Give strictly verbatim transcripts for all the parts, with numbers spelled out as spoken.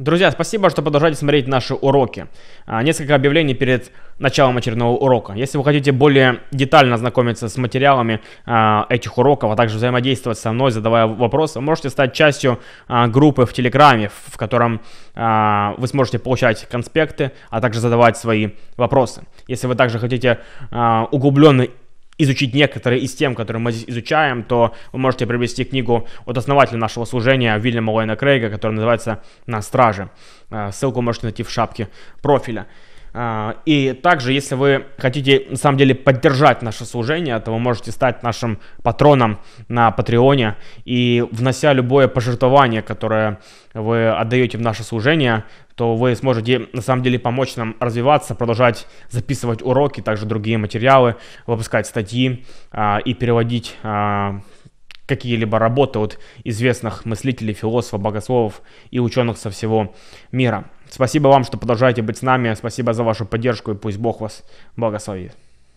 Друзья, спасибо, что продолжаете смотреть наши уроки. А, Несколько объявлений перед началом очередного урока. Если вы хотите более детально ознакомиться с материалами а, этих уроков, а также взаимодействовать со мной, задавая вопросы, вы можете стать частью а, группы в Телеграме, в котором а, вы сможете получать конспекты, а также задавать свои вопросы. Если вы также хотите а, углубленно изучить некоторые из тем, которые мы здесь изучаем, то вы можете приобрести книгу от основателя нашего служения Вильяма Лейна Крейга, которая называется «На страже». Ссылку можете найти в шапке профиля. И также, если вы хотите на самом деле поддержать наше служение, то вы можете стать нашим патроном на Патреоне, и внося любое пожертвование, которое вы отдаете в наше служение, то вы сможете на самом деле помочь нам развиваться, продолжать записывать уроки, также другие материалы, выпускать статьи а, и переводить а, какие-либо работы от известных мыслителей, философов, богословов и ученых со всего мира. Спасибо вам, что продолжаете быть с нами. Спасибо за вашу поддержку, и пусть Бог вас благословит.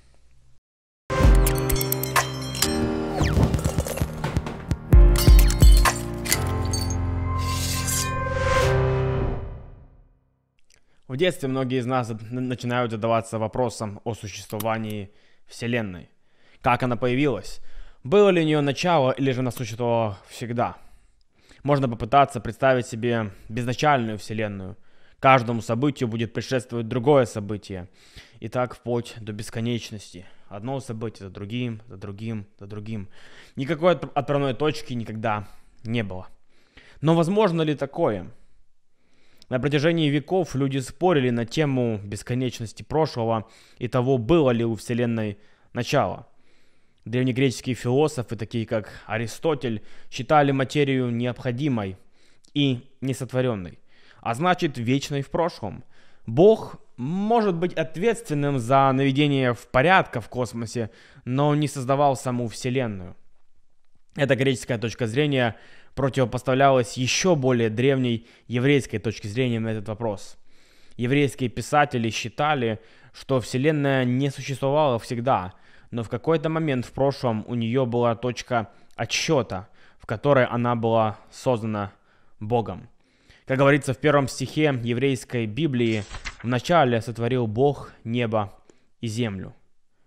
В детстве многие из нас начинают задаваться вопросом о существовании Вселенной. Как она появилась? Было ли у нее начало, или же она существовала всегда? Можно попытаться представить себе безначальную Вселенную. Каждому событию будет предшествовать другое событие. И так вплоть до бесконечности. Одно событие за другим, за другим, за другим. Никакой отправной точки никогда не было. Но возможно ли такое? На протяжении веков люди спорили на тему бесконечности прошлого и того, было ли у Вселенной начало. Древнегреческие философы, такие как Аристотель, считали материю необходимой и несотворенной, а значит вечной в прошлом. Бог может быть ответственным за наведение в порядка в космосе, но он не создавал саму Вселенную. Эта греческая точка зрения противопоставлялась еще более древней еврейской точке зрения на этот вопрос. Еврейские писатели считали, что Вселенная не существовала всегда, но в какой-то момент в прошлом у нее была точка отсчета, в которой она была создана Богом. Как говорится в первом стихе еврейской Библии, «Вначале сотворил Бог небо и землю».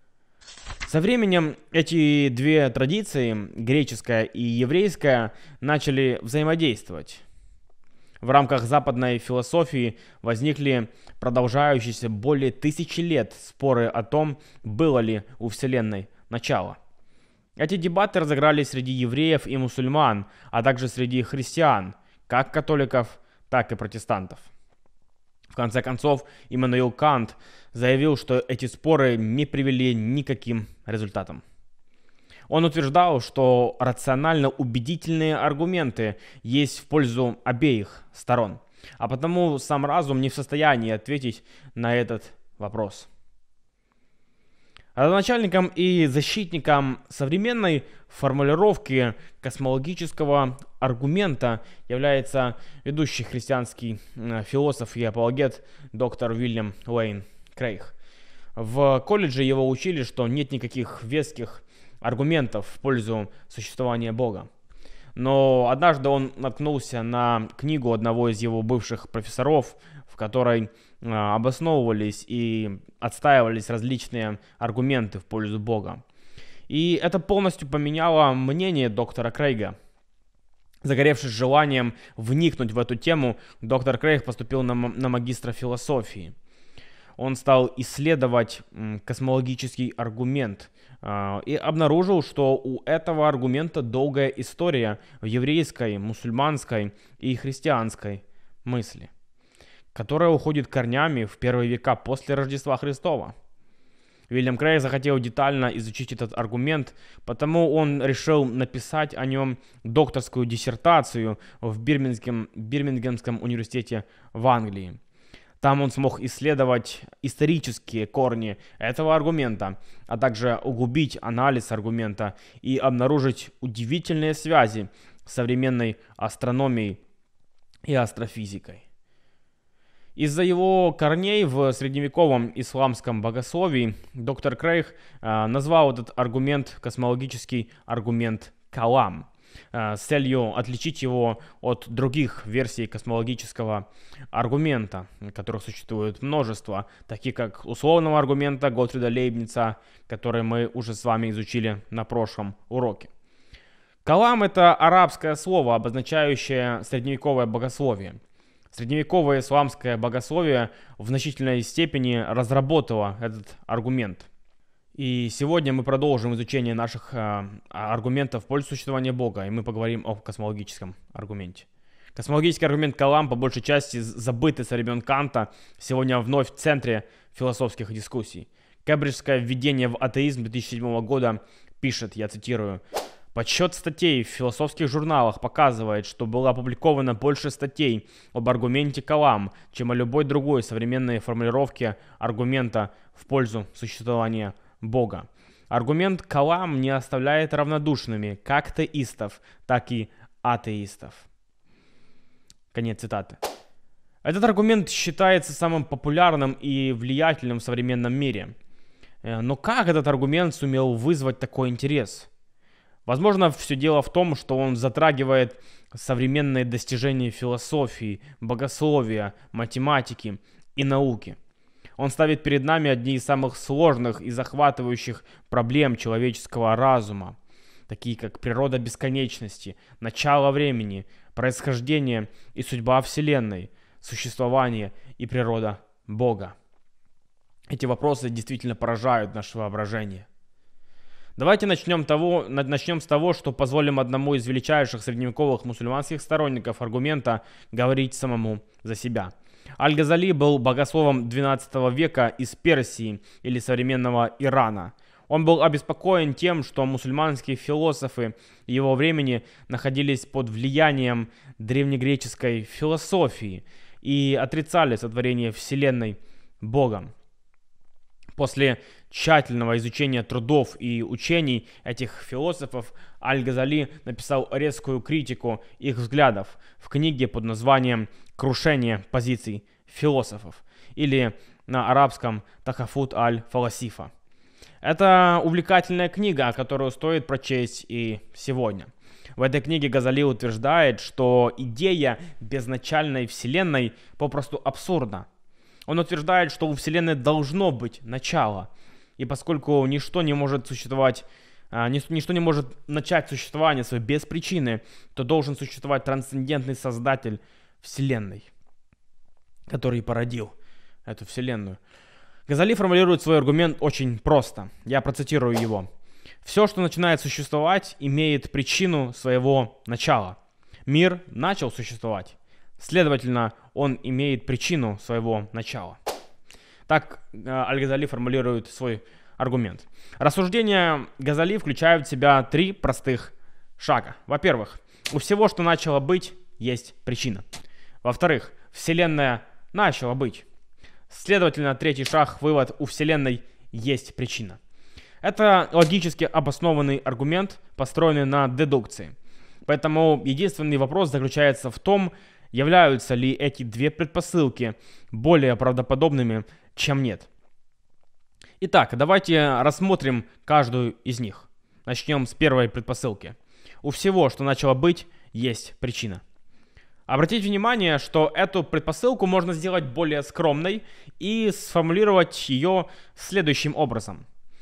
Со временем эти две традиции, греческая и еврейская, начали взаимодействовать. В рамках западной философии возникли продолжающиеся более тысячи лет споры о том, было ли у Вселенной начало. Эти дебаты разыгрались среди евреев и мусульман, а также среди христиан, как католиков, так и протестантов. В конце концов, Иммануил Кант заявил, что эти споры не привели ни к каким результатам. Он утверждал, что рационально убедительные аргументы есть в пользу обеих сторон, а потому сам разум не в состоянии ответить на этот вопрос. Родоначальником и защитником современной формулировки космологического аргумента является ведущий христианский философ и апологет доктор Вильям Лейн Крейг. В колледже его учили, что нет никаких веских аргументов в пользу существования Бога. Но однажды он наткнулся на книгу одного из его бывших профессоров, в которой а, обосновывались и отстаивались различные аргументы в пользу Бога. И это полностью поменяло мнение доктора Крейга. Загоревшись желанием вникнуть в эту тему, доктор Крейг поступил на, на магистра философии. Он стал исследовать м, космологический аргумент э, и обнаружил, что у этого аргумента долгая история в еврейской, мусульманской и христианской мысли, которая уходит корнями в первые века после Рождества Христова. Вильям Крейг захотел детально изучить этот аргумент, потому он решил написать о нем докторскую диссертацию в Бирмингем, Бирмингемском университете в Англии. Там он смог исследовать исторические корни этого аргумента, а также углубить анализ аргумента и обнаружить удивительные связи с современной астрономией и астрофизикой. Из-за его корней в средневековом исламском богословии доктор Крейг э, назвал этот аргумент космологический аргумент «калам». э, с целью отличить его от других версий космологического аргумента, которых существует множество, таких как условного аргумента Готфрида Лейбница, который мы уже с вами изучили на прошлом уроке. Калам — это арабское слово, обозначающее средневековое богословие. Средневековое исламское богословие в значительной степени разработало этот аргумент. И сегодня мы продолжим изучение наших э, аргументов в пользу существования Бога, и мы поговорим о космологическом аргументе. Космологический аргумент Калам, по большей части забытый со времен Канта, сегодня вновь в центре философских дискуссий. Кембриджское введение в атеизм две тысячи седьмого года пишет, я цитирую: «Подсчет статей в философских журналах показывает, что было опубликовано больше статей об аргументе Калам, чем о любой другой современной формулировке аргумента в пользу существования Бога. Аргумент Калам не оставляет равнодушными как теистов, так и атеистов». Конец цитаты. Этот аргумент считается самым популярным и влиятельным в современном мире. Но как этот аргумент сумел вызвать такой интерес? Возможно, все дело в том, что он затрагивает современные достижения философии, богословия, математики и науки. Он ставит перед нами одни из самых сложных и захватывающих проблем человеческого разума, такие как природа бесконечности, начало времени, происхождение и судьба Вселенной, существование и природа Бога. Эти вопросы действительно поражают наше воображение. Давайте начнем, того, начнем с того, что позволим одному из величайших средневековых мусульманских сторонников аргумента говорить самому за себя. Аль-Газали был богословом двенадцатого века из Персии или современного Ирана. Он был обеспокоен тем, что мусульманские философы его времени находились под влиянием древнегреческой философии и отрицали сотворение Вселенной Богом. После тщательного изучения трудов и учений этих философов Аль-Газали написал резкую критику их взглядов в книге под названием «Крушение позиций философов» или на арабском «Тахафут аль-Фаласифа». Это увлекательная книга, которую стоит прочесть и сегодня. В этой книге Газали утверждает, что идея безначальной Вселенной попросту абсурдна. Он утверждает, что у Вселенной должно быть начало, и поскольку ничто не может существовать, ничто не может начать существование свое без причины, то должен существовать трансцендентный создатель Вселенной, который породил эту Вселенную. Газали формулирует свой аргумент очень просто. Я процитирую его. «Все, что начинает существовать, имеет причину своего начала. Мир начал существовать. Следовательно, он имеет причину своего начала». Так Аль-Газали формулирует свой аргумент. Рассуждения Газали включают в себя три простых шага. Во-первых, у всего, что начало быть, есть причина. Во-вторых, Вселенная начала быть. Следовательно, третий шаг, вывод: у Вселенной есть причина. Это логически обоснованный аргумент, построенный на дедукции. Поэтому единственный вопрос заключается в том, являются ли эти две предпосылки более правдоподобными, чем нет. Итак, давайте рассмотрим каждую из них. Начнем с первой предпосылки. У всего, что начало быть, есть причина. Обратите внимание, что эту предпосылку можно сделать более скромной и сформулировать ее следующим образом.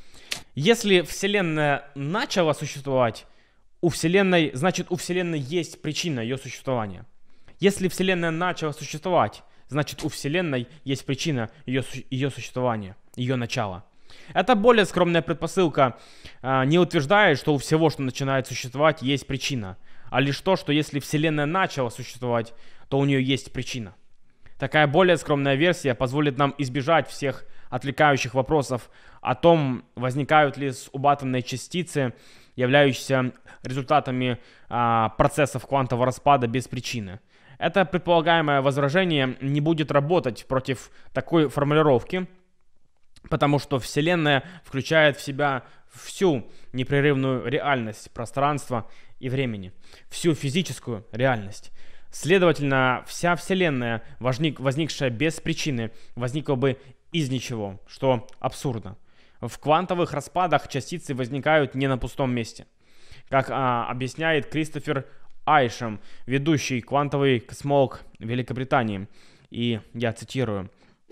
Если Вселенная начала существовать, у Вселенной, значит, у Вселенной есть причина ее существования. Если Вселенная начала существовать, значит, у Вселенной есть причина ее, ее существования, ее начала. Эта более скромная предпосылка э, не утверждает, что у всего, что начинает существовать, есть причина, а лишь то, что если Вселенная начала существовать, то у нее есть причина. Такая более скромная версия позволит нам избежать всех отвлекающих вопросов о том, возникают ли субатомные частицы, являющиеся результатами э, процессов квантового распада без причины. Это предполагаемое возражение не будет работать против такой формулировки, потому что Вселенная включает в себя всю непрерывную реальность пространства и времени, всю физическую реальность. Следовательно, вся Вселенная, возник, возникшая без причины, возникла бы из ничего, что абсурдно. В квантовых распадах частицы возникают не на пустом месте. как а, объясняет Кристофер Айшем, ведущий квантовый космолог Великобритании. И я цитирую.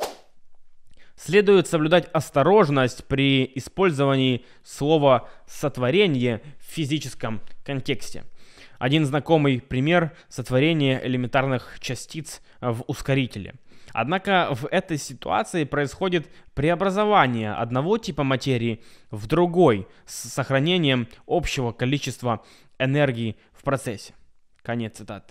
Следует соблюдать осторожность при использовании слова «сотворение» в физическом контексте. Один знакомый пример — сотворение элементарных частиц в ускорителе. Однако в этой ситуации происходит преобразование одного типа материи в другой с сохранением общего количества энергии в процессе. Конец цитаты.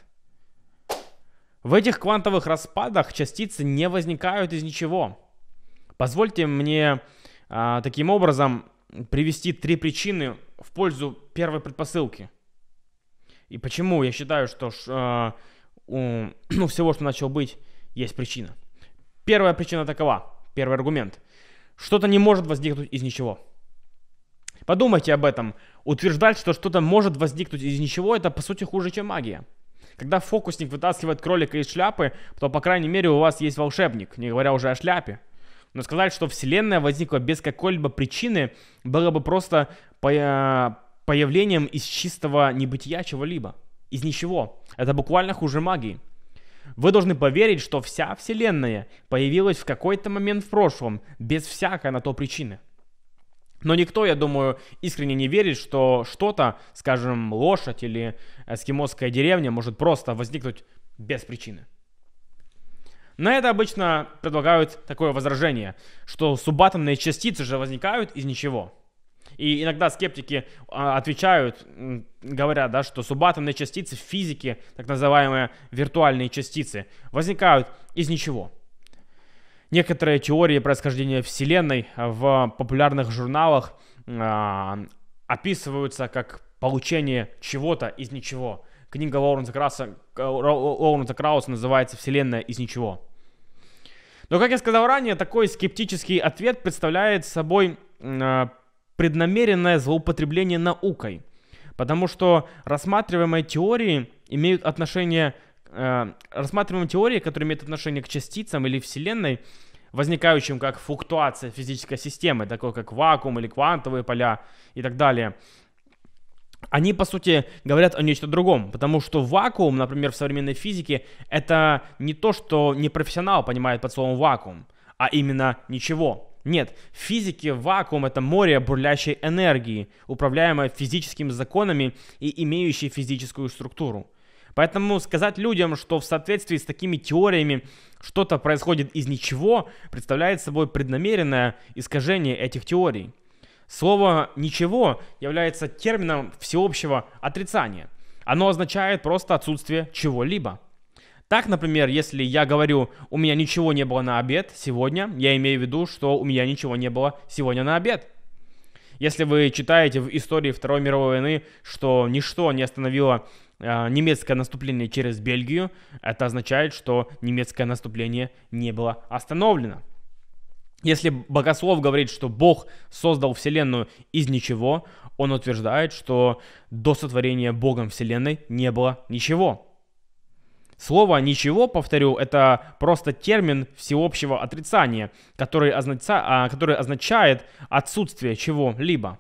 В этих квантовых распадах частицы не возникают из ничего. Позвольте мне а, таким образом привести три причины в пользу первой предпосылки. И почему я считаю, что а, у ну, всего, что начало быть, есть причина. Первая причина такова, первый аргумент. Что-то не может возникнуть из ничего. Подумайте об этом. Утверждать, что что-то может возникнуть из ничего, это по сути хуже, чем магия. Когда фокусник вытаскивает кролика из шляпы, то, по крайней мере, у вас есть волшебник, не говоря уже о шляпе. Но сказать, что Вселенная возникла без какой-либо причины, было бы просто появлением из чистого небытия чего-либо. Из ничего. Это буквально хуже магии. Вы должны поверить, что вся Вселенная появилась в какой-то момент в прошлом, без всякой на то причины. Но никто, я думаю, искренне не верит, что что-то, скажем, лошадь или эскимосская деревня может просто возникнуть без причины. На это обычно предлагают такое возражение, что субатомные частицы же возникают из ничего. И иногда скептики а, отвечают, говорят, да, что субатомные частицы в физике, так называемые виртуальные частицы, возникают из ничего. Некоторые теории происхождения Вселенной в популярных журналах а, описываются как получение чего-то из ничего. Книга Лоуренса Крауса, Лоуренса Крауса называется «Вселенная из ничего». Но, как я сказал ранее, такой скептический ответ представляет собой э, преднамеренное злоупотребление наукой. Потому что рассматриваемые теории имеют отношение, э, рассматриваемые теории, которые имеют отношение к частицам или Вселенной, возникающим как флуктуация физической системы, такой как вакуум или квантовые поля и так далее, они, по сути, говорят о нечто другом, потому что вакуум, например, в современной физике, это не то, что непрофессионал понимает под словом вакуум, а именно ничего. Нет, в физике вакуум — это море бурлящей энергии, управляемое физическими законами и имеющее физическую структуру. Поэтому сказать людям, что в соответствии с такими теориями что-то происходит из ничего, представляет собой преднамеренное искажение этих теорий. Слово «ничего» является термином всеобщего отрицания. Оно означает просто отсутствие чего-либо. Так, например, если я говорю «у меня ничего не было на обед сегодня», я имею в виду, что у меня ничего не было сегодня на обед. Если вы читаете в истории Второй мировой войны, что ничто не остановило э, немецкое наступление через Бельгию, это означает, что немецкое наступление не было остановлено. Если богослов говорит, что Бог создал Вселенную из ничего, он утверждает, что до сотворения Богом Вселенной не было ничего. Слово «ничего», повторю, это просто термин всеобщего отрицания, который, ознаца... который означает отсутствие чего-либо.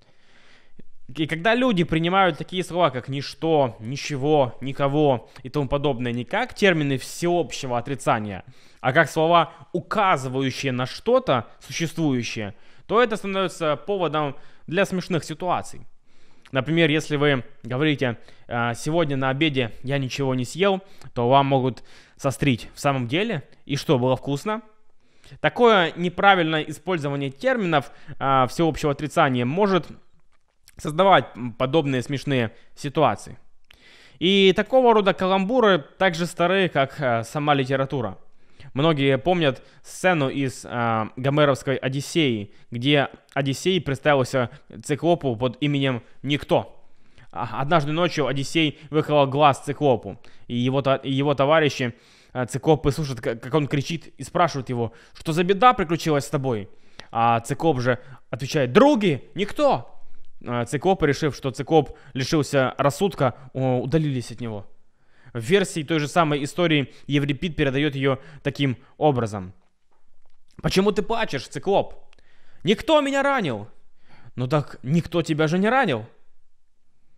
И когда люди принимают такие слова, как «ничто», «ничего», «никого» и тому подобное не как термины всеобщего отрицания, а как слова, указывающие на что-то существующее, то это становится поводом для смешных ситуаций. Например, если вы говорите «сегодня на обеде я ничего не съел», то вам могут сострить «в самом деле? И что, было вкусно?» Такое неправильное использование терминов всеобщего отрицания может создавать подобные смешные ситуации. И такого рода каламбуры так же стары, как сама литература. Многие помнят сцену из э, Гомеровской «Одиссеи», где Одиссей представился циклопу под именем Никто. Однажды ночью Одиссей выколол глаз циклопу, и его, его товарищи, э, циклопы, слушают, как он кричит, и спрашивают его, что за беда приключилась с тобой? А циклоп же отвечает: «Други, никто!» э, Циклопы, решив, что циклоп лишился рассудка, удалились от него. В версии той же самой истории Еврипид передает ее таким образом. «Почему ты плачешь, циклоп?» «Никто меня ранил». «Ну так никто тебя же не ранил».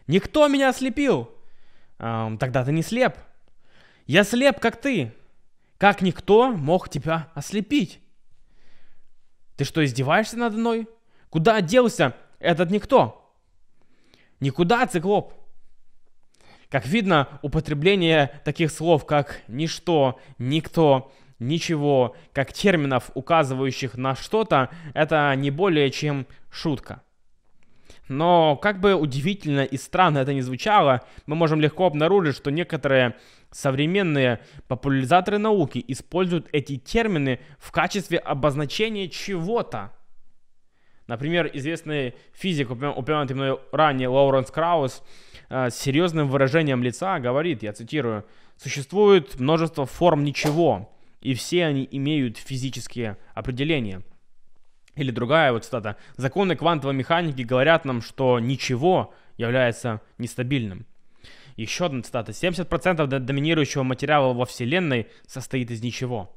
Никто меня ослепил. Эм, тогда ты не слеп. Я слеп, как ты. Как никто мог тебя ослепить? Ты что, издеваешься надо мной? Куда делся этот никто? Никуда, циклоп. Как видно, употребление таких слов, как ничто, никто, ничего, как терминов, указывающих на что-то, это не более чем шутка. Но как бы удивительно и странно это ни звучало, мы можем легко обнаружить, что некоторые современные популяризаторы науки используют эти термины в качестве обозначения чего-то. Например, известный физик, упомянутый мной ранее Лоуренс Краус, с серьезным выражением лица говорит, я цитирую, «Существует множество форм ничего, и все они имеют физические определения». Или другая вот цитата. «Законы квантовой механики говорят нам, что ничего является нестабильным». Еще одна цитата. семьдесят процентов доминирующего материала во Вселенной состоит из ничего.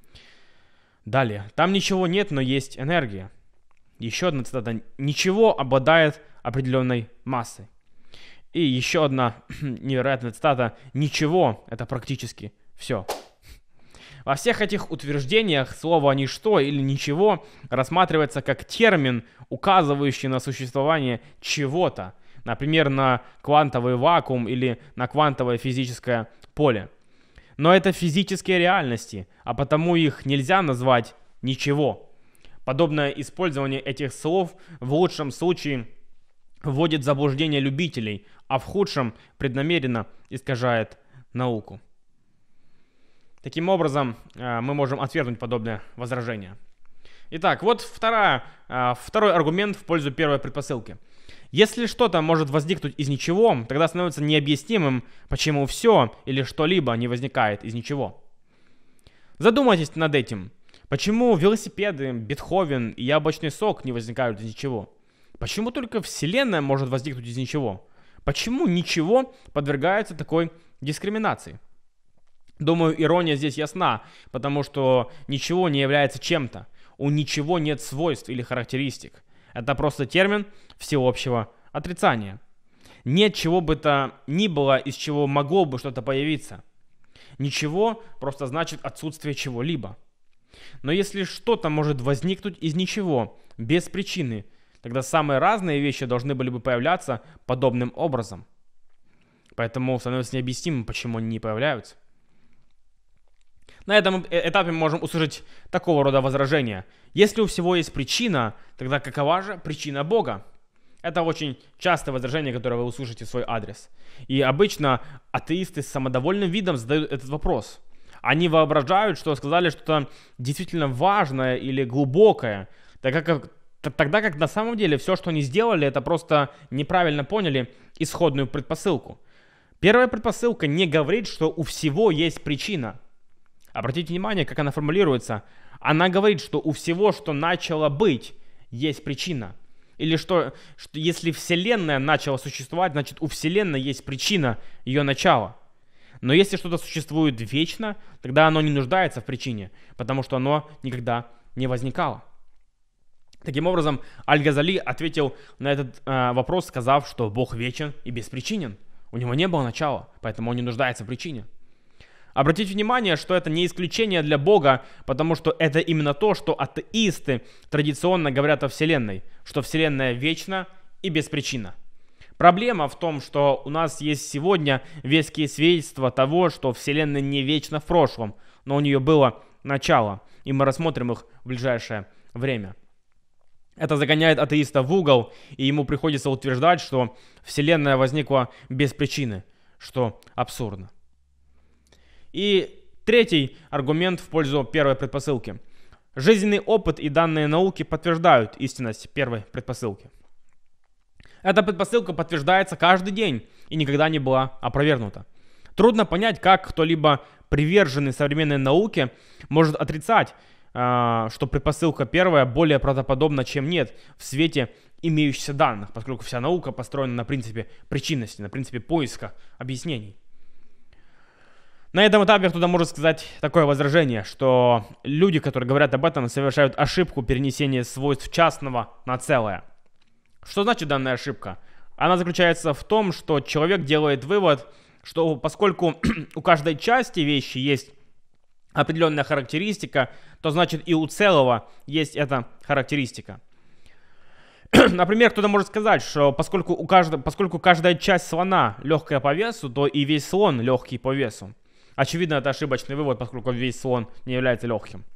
Далее. «Там ничего нет, но есть энергия». Еще одна цитата. «Ничего обладает определенной массой». И еще одна невероятная цитата. «Ничего» — это практически все. Во всех этих утверждениях слово «ничто» или «ничего» рассматривается как термин, указывающий на существование чего-то, например, на квантовый вакуум или на квантовое физическое поле. Но это физические реальности, а потому их нельзя назвать «ничего». Подобное использование этих слов в лучшем случае вводит в заблуждение любителей, а в худшем преднамеренно искажает науку. Таким образом, мы можем отвергнуть подобное возражение. Итак, вот вторая, второй аргумент в пользу первой предпосылки. Если что-то может возникнуть из ничего, тогда становится необъяснимым, почему все или что-либо не возникает из ничего. Задумайтесь над этим. Почему велосипеды, Бетховен и яблочный сок не возникают из ничего? Почему только Вселенная может возникнуть из ничего? Почему ничего подвергается такой дискриминации? Думаю, ирония здесь ясна, потому что ничего не является чем-то. У ничего нет свойств или характеристик. Это просто термин всеобщего отрицания. Нет чего бы то ни было, из чего могло бы что-то появиться. Ничего просто значит отсутствие чего-либо. Но если что-то может возникнуть из ничего, без причины, тогда самые разные вещи должны были бы появляться подобным образом. Поэтому становится необъяснимым, почему они не появляются. На этом этапе мы можем услышать такого рода возражения. Если у всего есть причина, тогда какова же причина Бога? Это очень частое возражение, которое вы услышите в свой адрес. И обычно атеисты с самодовольным видом задают этот вопрос. Они воображают, что сказали что-то действительно важное или глубокое, тогда как, тогда как на самом деле все, что они сделали, это просто неправильно поняли исходную предпосылку. Первая предпосылка не говорит, что у всего есть причина. Обратите внимание, как она формулируется. Она говорит, что у всего, что начало быть, есть причина. Или что, что если Вселенная начала существовать, значит у Вселенной есть причина ее начала. Но если что-то существует вечно, тогда оно не нуждается в причине, потому что оно никогда не возникало. Таким образом, Аль-Газали ответил на этот э, вопрос, сказав, что Бог вечен и беспричинен. У него не было начала, поэтому он не нуждается в причине. Обратите внимание, что это не исключение для Бога, потому что это именно то, что атеисты традиционно говорят о Вселенной, что Вселенная вечна и беспричинна. Проблема в том, что у нас есть сегодня веские свидетельства того, что Вселенная не вечна в прошлом, но у нее было начало, и мы рассмотрим их в ближайшее время. Это загоняет атеиста в угол, и ему приходится утверждать, что Вселенная возникла без причины, что абсурдно. И третий аргумент в пользу первой предпосылки. Жизненный опыт и данные науки подтверждают истинность первой предпосылки. Эта предпосылка подтверждается каждый день и никогда не была опровергнута. Трудно понять, как кто-либо приверженный современной науке может отрицать, что предпосылка первая более правдоподобна, чем нет, в свете имеющихся данных, поскольку вся наука построена на принципе причинности, на принципе поиска объяснений. На этом этапе кто-то может сказать такое возражение, что люди, которые говорят об этом, совершают ошибку перенесения свойств частного на целое. Что значит данная ошибка? Она заключается в том, что человек делает вывод, что поскольку у каждой части вещи есть определенная характеристика, то значит и у целого есть эта характеристика. Например, кто-то может сказать, что поскольку, у каждого, поскольку каждая часть слона легкая по весу, то и весь слон легкий по весу. Очевидно, это ошибочный вывод, поскольку весь слон не является легким.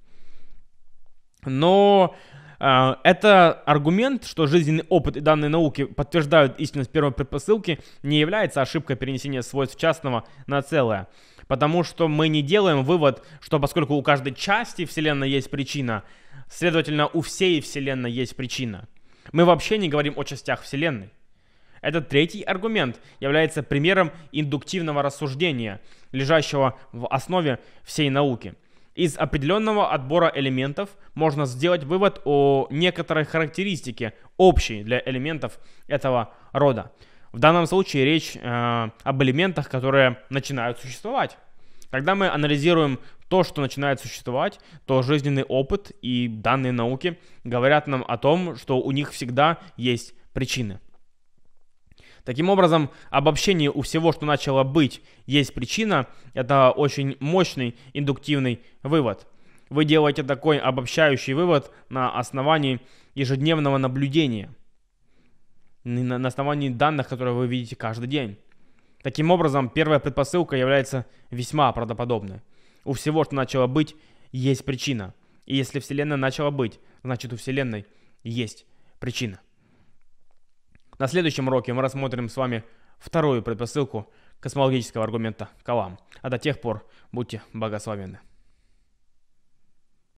Но э, это аргумент, что жизненный опыт и данные науки подтверждают истинность первой предпосылки, не является ошибкой перенесения свойств частного на целое. Потому что мы не делаем вывод, что поскольку у каждой части Вселенной есть причина, следовательно, у всей Вселенной есть причина. Мы вообще не говорим о частях Вселенной. Этот третий аргумент является примером индуктивного рассуждения, лежащего в основе всей науки. Из определенного отбора элементов можно сделать вывод о некоторой характеристике, общей для элементов этого рода. В данном случае речь э, об элементах, которые начинают существовать. Когда мы анализируем то, что начинает существовать, то жизненный опыт и данные науки говорят нам о том, что у них всегда есть причины. Таким образом, обобщение у всего, что начало быть, есть причина. Это очень мощный индуктивный вывод. Вы делаете такой обобщающий вывод на основании ежедневного наблюдения, на основании данных, которые вы видите каждый день. Таким образом, первая предпосылка является весьма правдоподобной. У всего, что начало быть, есть причина. И если Вселенная начала быть, значит у Вселенной есть причина. На следующем уроке мы рассмотрим с вами вторую предпосылку космологического аргумента Калам. А до тех пор будьте благословенны.